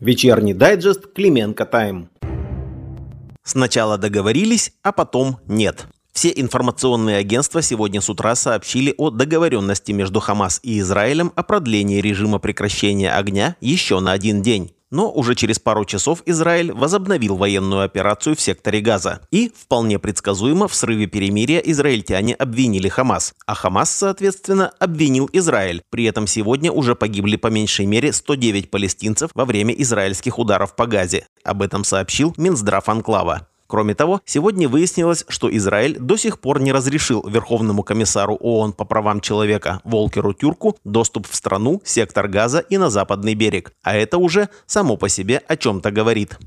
Вечерний дайджест Клименко Тайм. Сначала договорились, а потом нет. Все информационные агентства сегодня с утра сообщили о договоренности между Хамас и Израилем о продлении режима прекращения огня еще на один день. Но уже через пару часов Израиль возобновил военную операцию в секторе Газа. И, вполне предсказуемо, в срыве перемирия израильтяне обвинили Хамас. А Хамас, соответственно, обвинил Израиль. При этом сегодня уже погибли по меньшей мере 109 палестинцев во время израильских ударов по Газе. Об этом сообщил Минздрав анклава. Кроме того, сегодня выяснилось, что Израиль до сих пор не разрешил Верховному комиссару ООН по правам человека Волкеру Тюрку доступ в страну, сектор Газа и на западный берег. А это уже само по себе о чем-то говорит.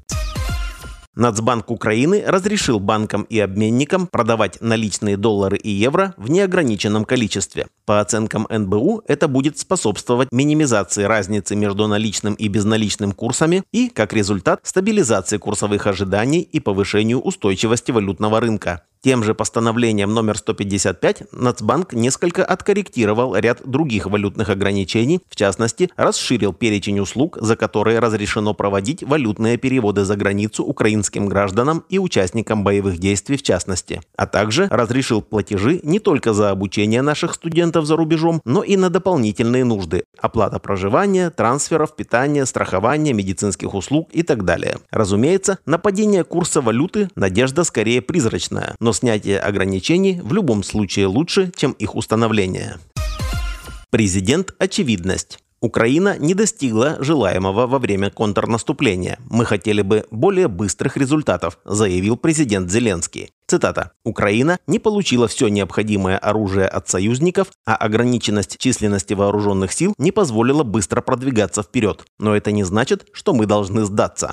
Нацбанк Украины разрешил банкам и обменникам продавать наличные доллары и евро в неограниченном количестве. По оценкам НБУ, это будет способствовать минимизации разницы между наличным и безналичным курсами и, как результат, стабилизации курсовых ожиданий и повышению устойчивости валютного рынка. Тем же постановлением номер 155 Нацбанк несколько откорректировал ряд других валютных ограничений, в частности, расширил перечень услуг, за которые разрешено проводить валютные переводы за границу украинским гражданам и участникам боевых действий в частности, а также разрешил платежи не только за обучение наших студентов за рубежом, но и на дополнительные нужды – оплата проживания, трансферов, питания, страхования, медицинских услуг и так далее. Разумеется, на падение курса валюты надежда скорее призрачная, но снятие ограничений в любом случае лучше, чем их установление. Президент «Очевидность». Украина не достигла желаемого во время контрнаступления. Мы хотели бы более быстрых результатов, заявил президент Зеленский. Цитата. «Украина не получила все необходимое оружие от союзников, а ограниченность численности вооруженных сил не позволила быстро продвигаться вперед. Но это не значит, что мы должны сдаться».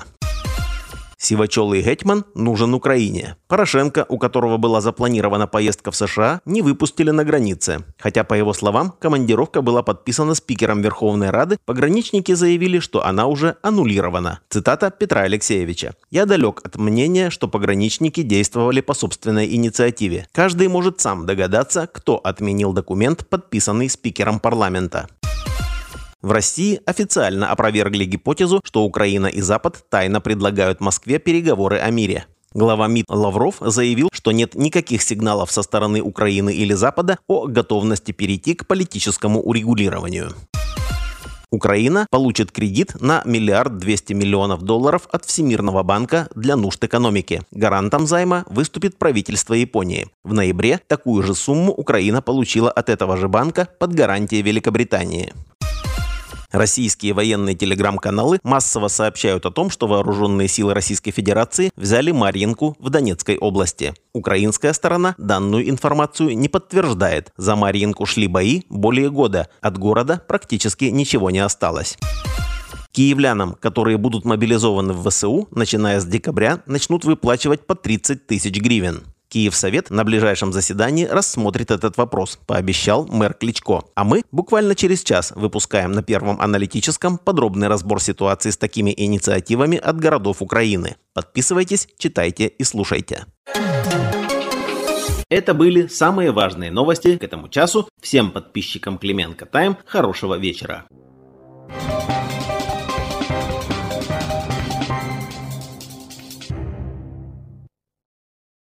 Сивачолый гетьман нужен Украине. Порошенко, у которого была запланирована поездка в США, не выпустили на границе. Хотя, по его словам, командировка была подписана спикером Верховной Рады, пограничники заявили, что она уже аннулирована. Цитата Петра Алексеевича. «Я далек от мнения, что пограничники действовали по собственной инициативе. Каждый может сам догадаться, кто отменил документ, подписанный спикером парламента». В России официально опровергли гипотезу, что Украина и Запад тайно предлагают Москве переговоры о мире. Глава МИД Лавров заявил, что нет никаких сигналов со стороны Украины или Запада о готовности перейти к политическому урегулированию. Украина получит кредит на $1 200 миллионов от Всемирного банка для нужд экономики. Гарантом займа выступит правительство Японии. В ноябре такую же сумму Украина получила от этого же банка под гарантией Великобритании. Российские военные телеграм-каналы массово сообщают о том, что вооруженные силы Российской Федерации взяли Марьинку в Донецкой области. Украинская сторона данную информацию не подтверждает. За Марьинку шли бои более года. От города практически ничего не осталось. Киевлянам, которые будут мобилизованы в ВСУ, начиная с декабря, начнут выплачивать по 30 тысяч гривен. Киевсовет на ближайшем заседании рассмотрит этот вопрос, пообещал мэр Кличко. А мы буквально через час выпускаем на Первом аналитическом подробный разбор ситуации с такими инициативами от городов Украины. Подписывайтесь, читайте и слушайте. Это были самые важные новости к этому часу. Всем подписчикам Клименко Тайм хорошего вечера.